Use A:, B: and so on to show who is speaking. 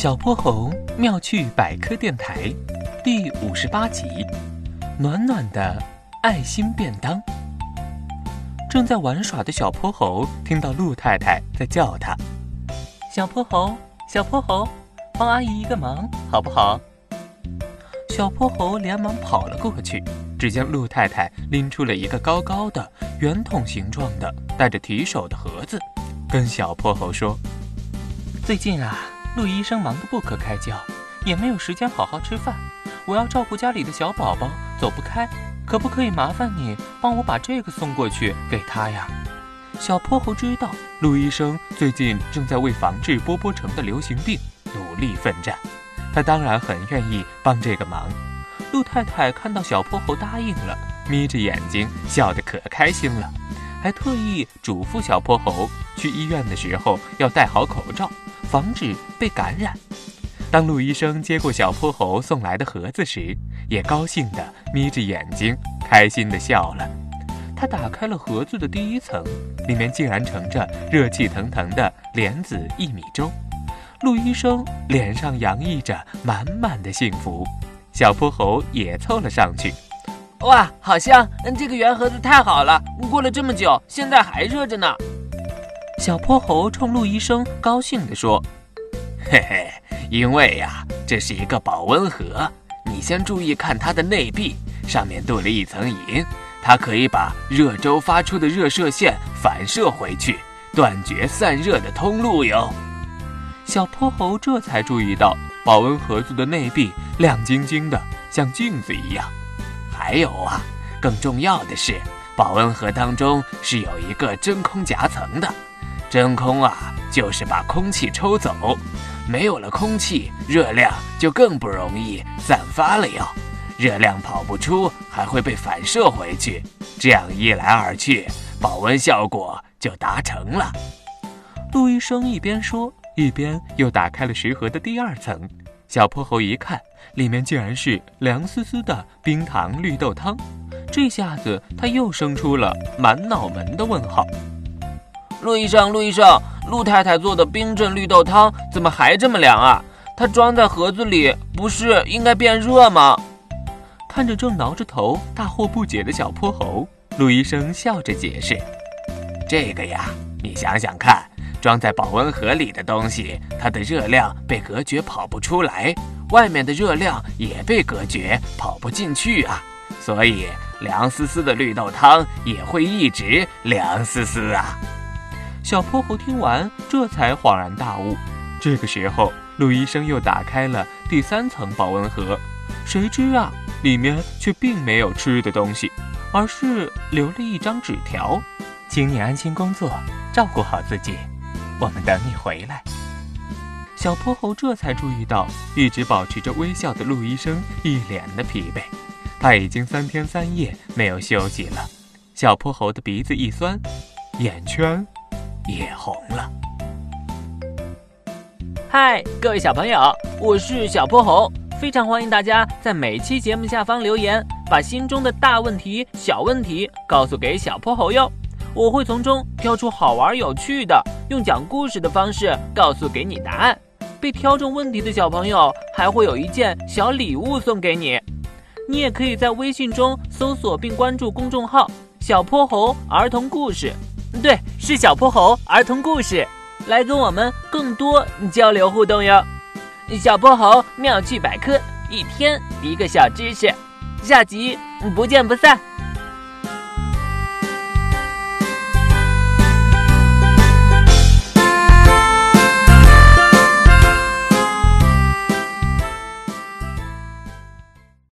A: 小泼猴妙趣百科电台第58集，暖暖的爱心便当。正在玩耍的小泼猴听到鹿太太在叫他：小泼猴，小泼猴，帮阿姨一个忙好不好？小泼猴连忙跑了过去，只见鹿太太拎出了一个高高的圆筒形状的带着提手的盒子，跟小泼猴说：最近啊，陆医生忙得不可开交，也没有时间好好吃饭，我要照顾家里的小宝宝，走不开，可不可以麻烦你帮我把这个送过去给他呀？小泼猴知道陆医生最近正在为防治波波城的流行病努力奋战，他当然很愿意帮这个忙。陆太太看到小泼猴答应了，眯着眼睛笑得可开心了，还特意嘱咐小泼猴去医院的时候要戴好口罩，防止被感染。当陆医生接过小泼猴送来的盒子时，也高兴地眯着眼睛开心地笑了。他打开了盒子的第一层，里面竟然盛着热气腾腾的莲子薏米粥。陆医生脸上洋溢着满满的幸福，小泼猴也凑了上去。
B: 哇，好香！这个圆盒子太好了，过了这么久，现在还热着呢。
A: 小泼猴冲陆医生高兴地说：
C: 嘿嘿，因为呀，这是一个保温盒，你先注意看它的内壁，上面镀了一层银，它可以把热粥发出的热射线反射回去，断绝散热的通路哟。
A: 小泼猴这才注意到保温盒子的内壁亮晶晶的，像镜子一样。
C: 还有啊，更重要的是，保温盒当中是有一个真空夹层的。真空啊，就是把空气抽走，没有了空气，热量就更不容易散发了哟。热量跑不出，还会被反射回去，这样一来二去，保温效果就达成了。
A: 陆医生一边说，一边又打开了食盒的第二层。小泼猴一看，里面竟然是凉丝丝的冰糖绿豆汤，这下子他又生出了满脑门的问号。
B: 陆医生，陆太太做的冰镇绿豆汤怎么还这么凉啊？它装在盒子里不是应该变热吗？
A: 看着正挠着头大惑不解的小泼猴，陆医生笑着解释：
C: 这个呀，你想想看，装在保温盒里的东西，它的热量被隔绝跑不出来，外面的热量也被隔绝跑不进去啊，所以凉丝丝的绿豆汤也会一直凉丝丝啊。
A: 小泼猴听完，这才恍然大悟。这个时候，陆医生又打开了第三层保温盒，谁知啊，里面却并没有吃的东西，而是留了一张纸条：请你安心工作，照顾好自己，我们等你回来。小泼猴这才注意到，一直保持着微笑的陆医生一脸的疲惫，他已经3天3夜没有休息了。小泼猴的鼻子一酸，眼圈也红了。
B: 嗨，各位小朋友，我是小泼猴，非常欢迎大家在每期节目下方留言，把心中的大问题、小问题告诉给小泼猴哟。我会从中挑出好玩有趣的，用讲故事的方式告诉给你答案。被挑中问题的小朋友还会有一件小礼物送给你。你也可以在微信中搜索并关注公众号小泼猴儿童故事，对，是小泼猴儿童故事，来跟我们更多交流互动哟。小泼猴妙趣百科，一天一个小知识，下集不见不散。